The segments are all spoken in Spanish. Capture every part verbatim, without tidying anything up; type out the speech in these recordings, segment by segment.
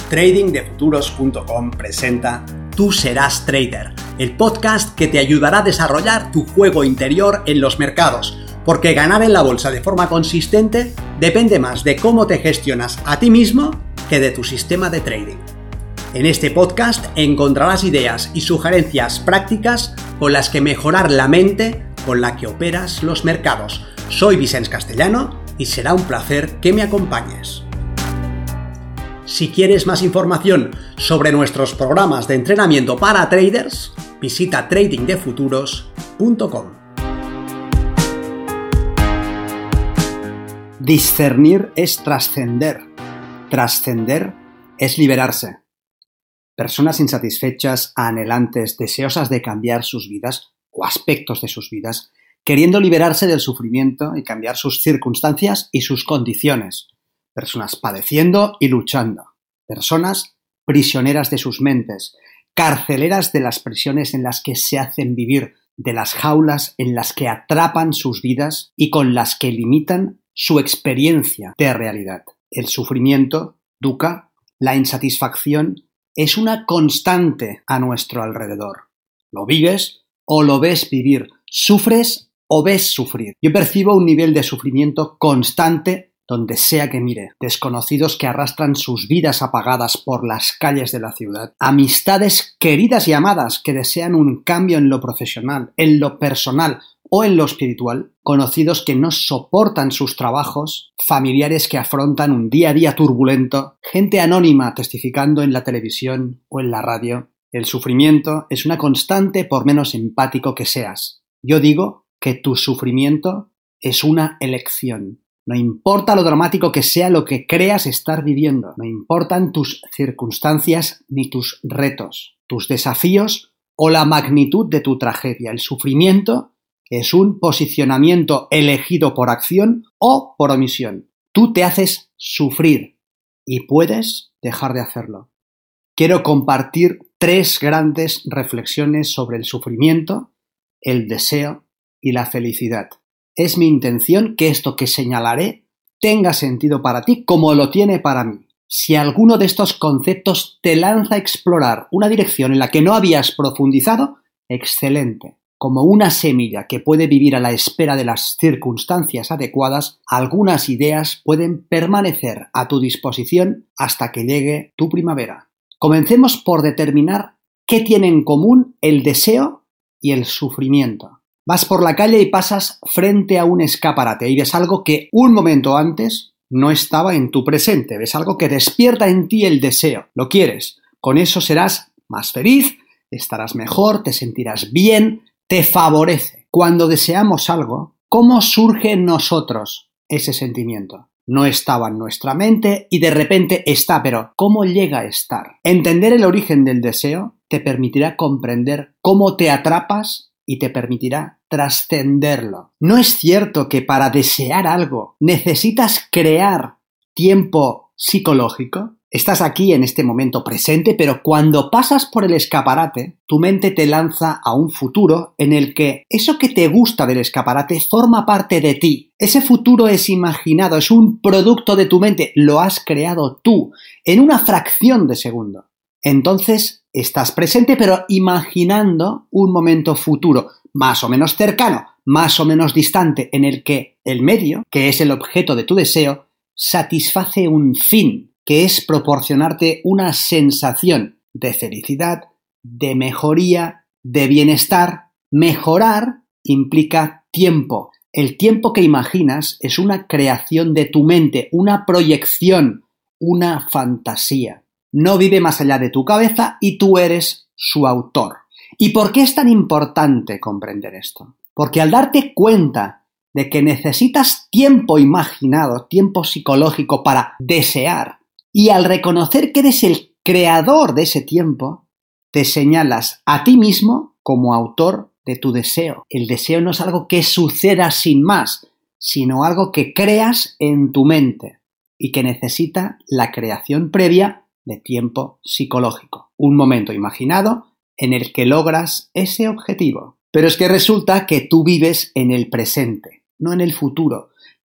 trading de futuros punto com presenta Tú serás trader, el podcast que te ayudará a desarrollar tu juego interior en los mercados, porque ganar en la bolsa de forma consistente depende más de cómo te gestionas a ti mismo que de tu sistema de trading. En este podcast encontrarás ideas y sugerencias prácticas con las que mejorar la mente con la que operas los mercados. Soy Vicens Castellano y será un placer que me acompañes. Si quieres más información sobre nuestros programas de entrenamiento para traders, visita trading de futuros punto com. Discernir es trascender. Trascender es liberarse. Personas insatisfechas, anhelantes, deseosas de cambiar sus vidas o aspectos de sus vidas, queriendo liberarse del sufrimiento y cambiar sus circunstancias y sus condiciones. Personas padeciendo y luchando. Personas prisioneras de sus mentes, carceleras de las prisiones en las que se hacen vivir, de las jaulas en las que atrapan sus vidas y con las que limitan su experiencia de realidad. El sufrimiento, dukkha, la insatisfacción, es una constante a nuestro alrededor. Lo vives o lo ves vivir, sufres o ves sufrir. Yo percibo un nivel de sufrimiento constante donde sea que mire, desconocidos que arrastran sus vidas apagadas por las calles de la ciudad, amistades queridas y amadas que desean un cambio en lo profesional, en lo personal o en lo espiritual, conocidos que no soportan sus trabajos, familiares que afrontan un día a día turbulento, gente anónima testificando en la televisión o en la radio. El sufrimiento es una constante por menos empático que seas. Yo digo que tu sufrimiento es una elección. No importa lo dramático que sea lo que creas estar viviendo, no importan tus circunstancias ni tus retos, tus desafíos o la magnitud de tu tragedia. El sufrimiento es un posicionamiento elegido por acción o por omisión. Tú te haces sufrir y puedes dejar de hacerlo. Quiero compartir tres grandes reflexiones sobre el sufrimiento, el deseo y la felicidad. Es mi intención que esto que señalaré tenga sentido para ti como lo tiene para mí. Si alguno de estos conceptos te lanza a explorar una dirección en la que no habías profundizado, excelente. Como una semilla que puede vivir a la espera de las circunstancias adecuadas, algunas ideas pueden permanecer a tu disposición hasta que llegue tu primavera. Comencemos por determinar qué tienen en común el deseo y el sufrimiento. Vas por la calle y pasas frente a un escaparate y ves algo que un momento antes no estaba en tu presente. Ves algo que despierta en ti el deseo. Lo quieres. Con eso serás más feliz, estarás mejor, te sentirás bien, te favorece. Cuando deseamos algo, ¿cómo surge en nosotros ese sentimiento? No estaba en nuestra mente y de repente está, pero ¿cómo llega a estar? Entender el origen del deseo te permitirá comprender cómo te atrapas y te permitirá trascenderlo. ¿No es cierto que para desear algo necesitas crear tiempo psicológico? Estás aquí en este momento presente, pero cuando pasas por el escaparate, tu mente te lanza a un futuro en el que eso que te gusta del escaparate forma parte de ti. Ese futuro es imaginado, es un producto de tu mente, lo has creado tú, en una fracción de segundo. Entonces, estás presente pero imaginando un momento futuro, más o menos cercano, más o menos distante, en el que el medio, que es el objeto de tu deseo, satisface un fin, que es proporcionarte una sensación de felicidad, de mejoría, de bienestar. Mejorar implica tiempo. El tiempo que imaginas es una creación de tu mente, una proyección, una fantasía. No vive más allá de tu cabeza y tú eres su autor. ¿Y por qué es tan importante comprender esto? Porque al darte cuenta de que necesitas tiempo imaginado, tiempo psicológico para desear, y al reconocer que eres el creador de ese tiempo, te señalas a ti mismo como autor de tu deseo. El deseo no es algo que suceda sin más, sino algo que creas en tu mente y que necesita la creación previa de tiempo psicológico. Un momento imaginado en el que logras ese objetivo. Pero es que resulta que tú vives en el presente, no en el futuro.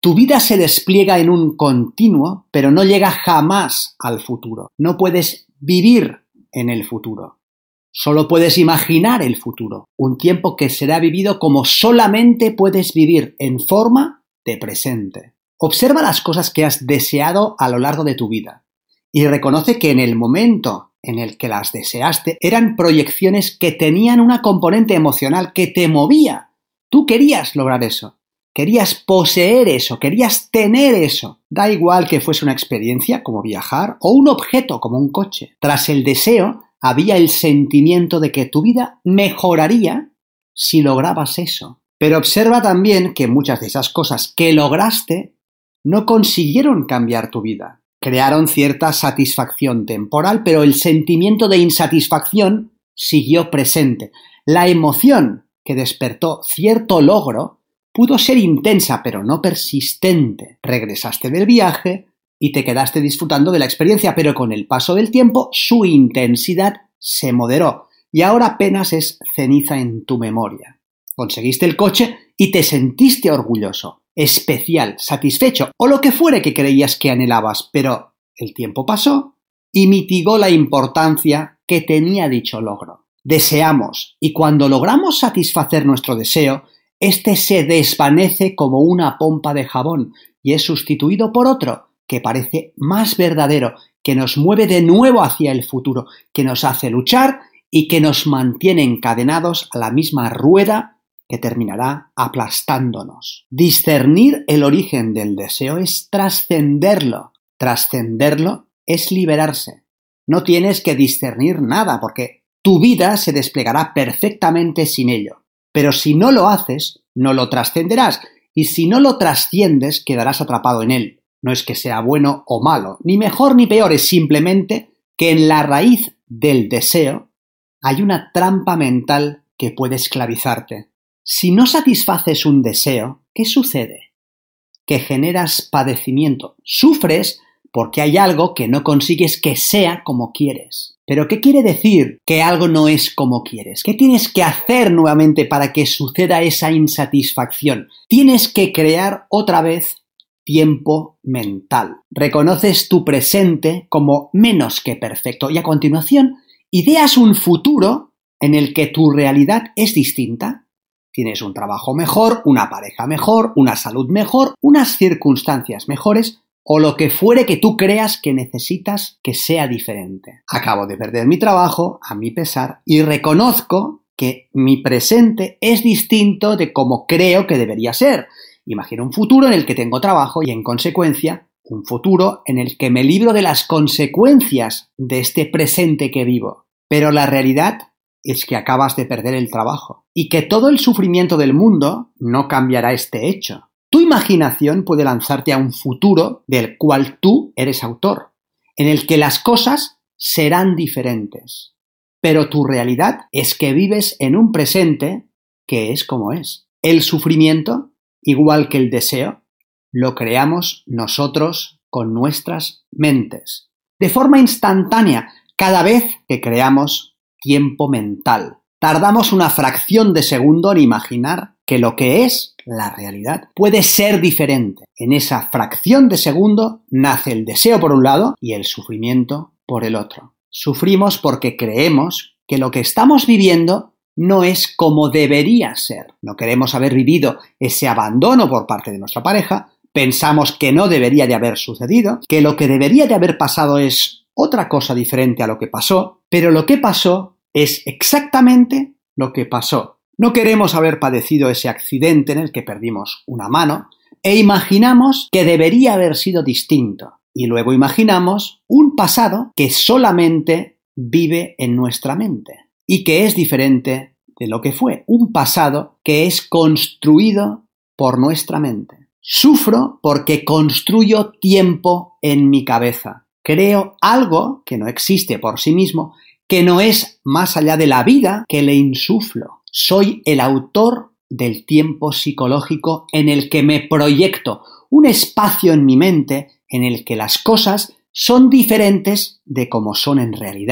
Tu vida se despliega en un continuo, pero no llega jamás al futuro. No puedes vivir en el futuro. Solo puedes imaginar el futuro, un tiempo que será vivido como solamente puedes vivir en forma de presente. Observa las cosas que has deseado a lo largo de tu vida y reconoce que en el momento en el que las deseaste eran proyecciones que tenían una componente emocional que te movía. Tú querías lograr eso. Querías poseer eso, querías tener eso. Da igual que fuese una experiencia como viajar o un objeto como un coche. Tras el deseo había el sentimiento de que tu vida mejoraría si lograbas eso. Pero observa también que muchas de esas cosas que lograste no consiguieron cambiar tu vida. Crearon cierta satisfacción temporal, pero el sentimiento de insatisfacción siguió presente. La emoción que despertó cierto logro pudo ser intensa, pero no persistente. Regresaste del viaje y te quedaste disfrutando de la experiencia, pero con el paso del tiempo su intensidad se moderó y ahora apenas es ceniza en tu memoria. Conseguiste el coche y te sentiste orgulloso, especial, satisfecho o lo que fuere que creías que anhelabas, pero el tiempo pasó y mitigó la importancia que tenía dicho logro. Deseamos y cuando logramos satisfacer nuestro deseo, este se desvanece como una pompa de jabón y es sustituido por otro que parece más verdadero, que nos mueve de nuevo hacia el futuro, que nos hace luchar y que nos mantiene encadenados a la misma rueda que terminará aplastándonos. Discernir el origen del deseo es trascenderlo. Trascenderlo es liberarse. No tienes que discernir nada porque tu vida se desplegará perfectamente sin ello. Pero si no lo haces, no lo trascenderás, y si no lo trasciendes, quedarás atrapado en él. No es que sea bueno o malo, ni mejor ni peor, es simplemente que en la raíz del deseo hay una trampa mental que puede esclavizarte. Si no satisfaces un deseo, ¿qué sucede? Que generas padecimiento, sufres porque hay algo que no consigues que sea como quieres. ¿Pero qué quiere decir que algo no es como quieres? ¿Qué tienes que hacer nuevamente para que suceda esa insatisfacción? Tienes que crear otra vez tiempo mental. Reconoces tu presente como menos que perfecto y a continuación ideas un futuro en el que tu realidad es distinta. Tienes un trabajo mejor, una pareja mejor, una salud mejor, unas circunstancias mejores o lo que fuere que tú creas que necesitas que sea diferente. Acabo de perder mi trabajo, a mi pesar, y reconozco que mi presente es distinto de como creo que debería ser. Imagino un futuro en el que tengo trabajo y, en consecuencia, un futuro en el que me libro de las consecuencias de este presente que vivo. Pero la realidad es que acabas de perder el trabajo y que todo el sufrimiento del mundo no cambiará este hecho. Tu imaginación puede lanzarte a un futuro del cual tú eres autor, en el que las cosas serán diferentes. Pero tu realidad es que vives en un presente que es como es. El sufrimiento, igual que el deseo, lo creamos nosotros con nuestras mentes, de forma instantánea, cada vez que creamos tiempo mental. Tardamos una fracción de segundo en imaginar que lo que es la realidad puede ser diferente. En esa fracción de segundo nace el deseo por un lado y el sufrimiento por el otro. Sufrimos porque creemos que lo que estamos viviendo no es como debería ser. No queremos haber vivido ese abandono por parte de nuestra pareja, pensamos que no debería de haber sucedido, que lo que debería de haber pasado es otra cosa diferente a lo que pasó, pero lo que pasó es exactamente lo que pasó. No queremos haber padecido ese accidente en el que perdimos una mano e imaginamos que debería haber sido distinto. Y luego imaginamos un pasado que solamente vive en nuestra mente y que es diferente de lo que fue. Un pasado que es construido por nuestra mente. Sufro porque construyo tiempo en mi cabeza. Creo algo que no existe por sí mismo, que no es más allá de la vida que le insuflo. Soy el autor del tiempo psicológico en el que me proyecto, un espacio en mi mente en el que las cosas son diferentes de como son en realidad.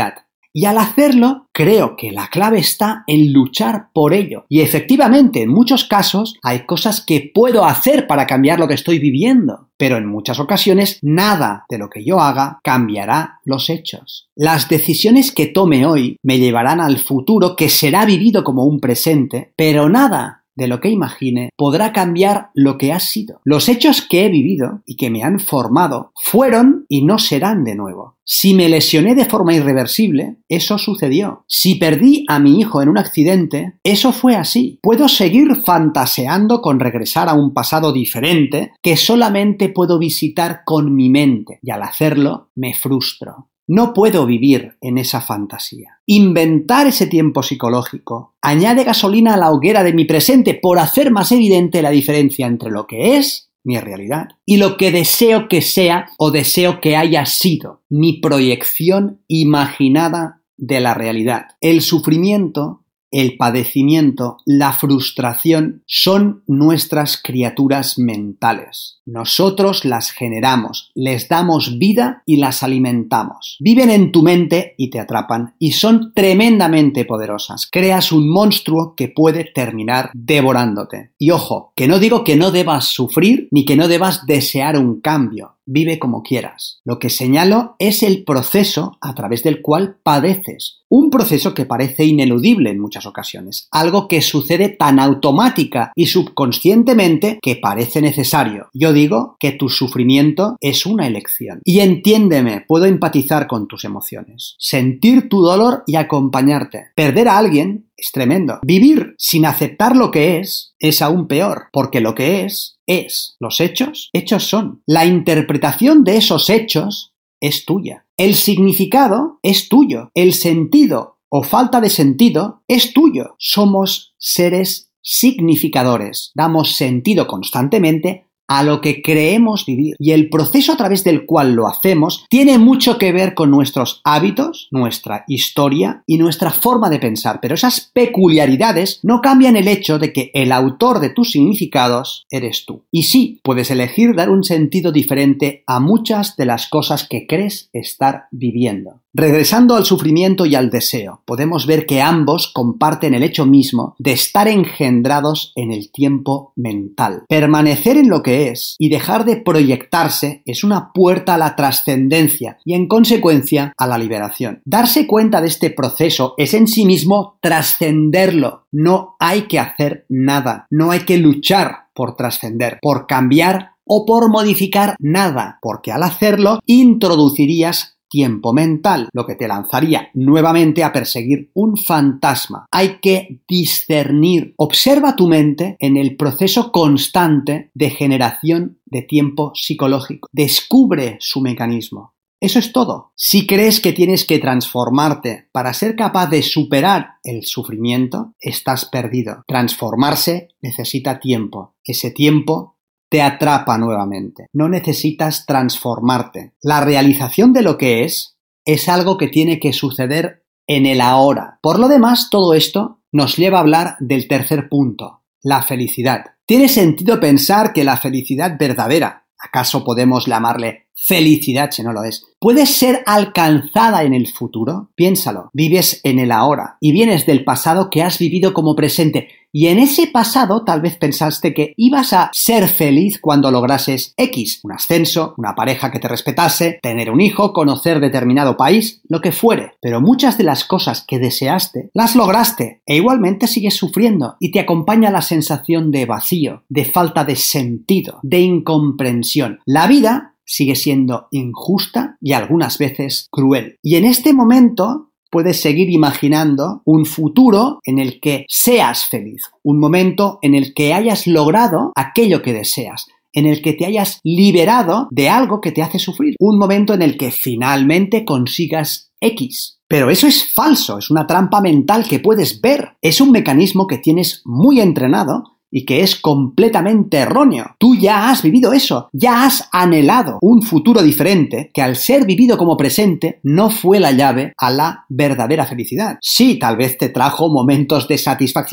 Y al hacerlo, creo que la clave está en luchar por ello. Y efectivamente, en muchos casos, hay cosas que puedo hacer para cambiar lo que estoy viviendo. Pero en muchas ocasiones, nada de lo que yo haga cambiará los hechos. Las decisiones que tome hoy me llevarán al futuro que será vivido como un presente, pero nada de lo que imagine podrá cambiar lo que ha sido. Los hechos que he vivido y que me han formado fueron y no serán de nuevo. Si me lesioné de forma irreversible, eso sucedió. Si perdí a mi hijo en un accidente, eso fue así. Puedo seguir fantaseando con regresar a un pasado diferente que solamente puedo visitar con mi mente, y al hacerlo me frustro. No puedo vivir en esa fantasía. Inventar ese tiempo psicológico añade gasolina a la hoguera de mi presente por hacer más evidente la diferencia entre lo que es mi realidad y lo que deseo que sea o deseo que haya sido mi proyección imaginada de la realidad. El sufrimiento, el padecimiento, la frustración son nuestras criaturas mentales. Nosotros las generamos, les damos vida y las alimentamos. Viven en tu mente y te atrapan y son tremendamente poderosas. Creas un monstruo que puede terminar devorándote. Y ojo, que no digo que no debas sufrir ni que no debas desear un cambio. Vive como quieras. Lo que señalo es el proceso a través del cual padeces. Un proceso que parece ineludible en muchas ocasiones. Algo que sucede tan automática y subconscientemente que parece necesario. Yo digo que tu sufrimiento es una elección. Y entiéndeme, puedo empatizar con tus emociones. Sentir tu dolor y acompañarte. Perder a alguien es tremendo. Vivir sin aceptar lo que es es aún peor, porque lo que es, es. Los hechos, hechos son. La interpretación de esos hechos es tuya. El significado es tuyo. El sentido o falta de sentido es tuyo. Somos seres significadores. Damos sentido constantemente a lo que creemos vivir. Y el proceso a través del cual lo hacemos tiene mucho que ver con nuestros hábitos, nuestra historia y nuestra forma de pensar. Pero esas peculiaridades no cambian el hecho de que el autor de tus significados eres tú. Y sí, puedes elegir dar un sentido diferente a muchas de las cosas que crees estar viviendo. Regresando al sufrimiento y al deseo, podemos ver que ambos comparten el hecho mismo de estar engendrados en el tiempo mental. Permanecer en lo que es y dejar de proyectarse es una puerta a la trascendencia y, en consecuencia, a la liberación. Darse cuenta de este proceso es en sí mismo trascenderlo. No hay que hacer nada, no hay que luchar por trascender, por cambiar o por modificar nada, porque al hacerlo introducirías tiempo mental, lo que te lanzaría nuevamente a perseguir un fantasma. Hay que discernir. Observa tu mente en el proceso constante de generación de tiempo psicológico. Descubre su mecanismo. Eso es todo. Si crees que tienes que transformarte para ser capaz de superar el sufrimiento, estás perdido. Transformarse necesita tiempo. Ese tiempo te atrapa nuevamente. No necesitas transformarte. La realización de lo que es es algo que tiene que suceder en el ahora. Por lo demás, todo esto nos lleva a hablar del tercer punto, la felicidad. ¿Tiene sentido pensar que la felicidad verdadera, acaso podemos llamarle felicidad si no lo es, puede ser alcanzada en el futuro? Piénsalo. Vives en el ahora y vienes del pasado que has vivido como presente. Y en ese pasado tal vez pensaste que ibas a ser feliz cuando lograses X, un ascenso, una pareja que te respetase, tener un hijo, conocer determinado país, lo que fuere. Pero muchas de las cosas que deseaste las lograste e igualmente sigues sufriendo y te acompaña la sensación de vacío, de falta de sentido, de incomprensión. La vida sigue siendo injusta y algunas veces cruel. Y en este momento puedes seguir imaginando un futuro en el que seas feliz, un momento en el que hayas logrado aquello que deseas, en el que te hayas liberado de algo que te hace sufrir, un momento en el que finalmente consigas X. Pero eso es falso, es una trampa mental que puedes ver, es un mecanismo que tienes muy entrenado y que es completamente erróneo. Tú ya has vivido eso, ya has anhelado un futuro diferente que al ser vivido como presente no fue la llave a la verdadera felicidad. Sí, tal vez te trajo momentos de satisfacción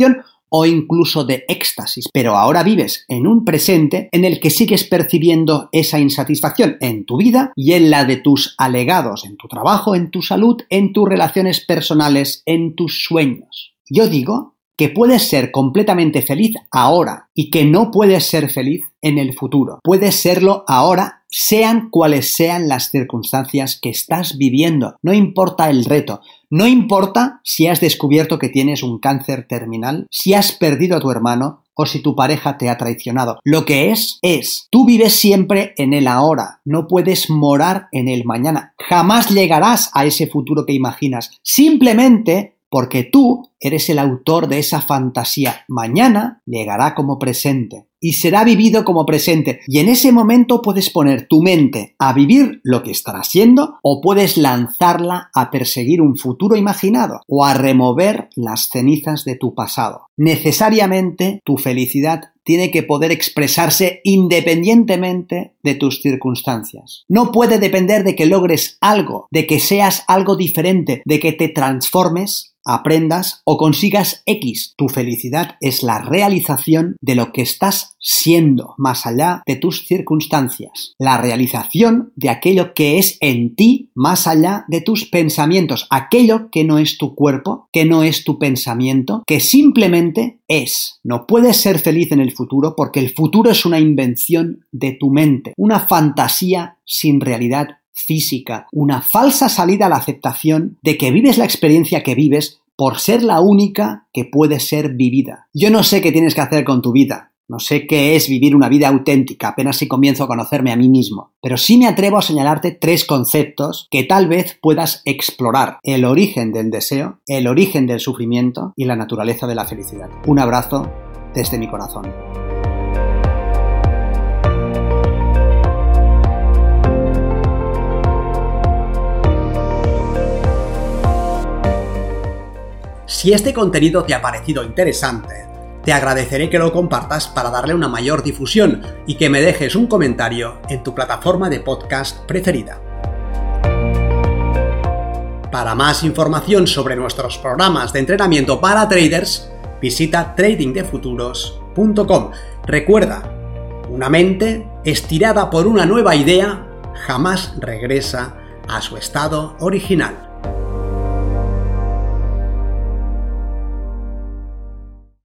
o incluso de éxtasis, pero ahora vives en un presente en el que sigues percibiendo esa insatisfacción en tu vida y en la de tus allegados, en tu trabajo, en tu salud, en tus relaciones personales, en tus sueños. Yo digo que puedes ser completamente feliz ahora y que no puedes ser feliz en el futuro. Puedes serlo ahora, sean cuales sean las circunstancias que estás viviendo. No importa el reto. No importa si has descubierto que tienes un cáncer terminal, si has perdido a tu hermano o si tu pareja te ha traicionado. Lo que es, es. Tú vives siempre en el ahora. No puedes morar en el mañana. Jamás llegarás a ese futuro que imaginas. Simplemente porque tú eres el autor de esa fantasía. Mañana llegará como presente y será vivido como presente. Y en ese momento puedes poner tu mente a vivir lo que estará siendo o puedes lanzarla a perseguir un futuro imaginado o a remover las cenizas de tu pasado. Necesariamente tu felicidad tiene que poder expresarse independientemente de tus circunstancias. No puede depender de que logres algo, de que seas algo diferente, de que te transformes, aprendas o consigas X. Tu felicidad es la realización de lo que estás siendo, más allá de tus circunstancias. La realización de aquello que es en ti, más allá de tus pensamientos. Aquello que no es tu cuerpo, que no es tu pensamiento, que simplemente es. No puedes ser feliz en el futuro porque el futuro es una invención de tu mente, una fantasía sin realidad física, una falsa salida a la aceptación de que vives la experiencia que vives por ser la única que puede ser vivida. Yo no sé qué tienes que hacer con tu vida, no sé qué es vivir una vida auténtica, apenas si comienzo a conocerme a mí mismo, pero sí me atrevo a señalarte tres conceptos que tal vez puedas explorar: el origen del deseo, el origen del sufrimiento y la naturaleza de la felicidad. Un abrazo desde mi corazón. Si este contenido te ha parecido interesante, te agradeceré que lo compartas para darle una mayor difusión y que me dejes un comentario en tu plataforma de podcast preferida. Para más información sobre nuestros programas de entrenamiento para traders, visita trading de futuros punto com. Recuerda, una mente estirada por una nueva idea jamás regresa a su estado original.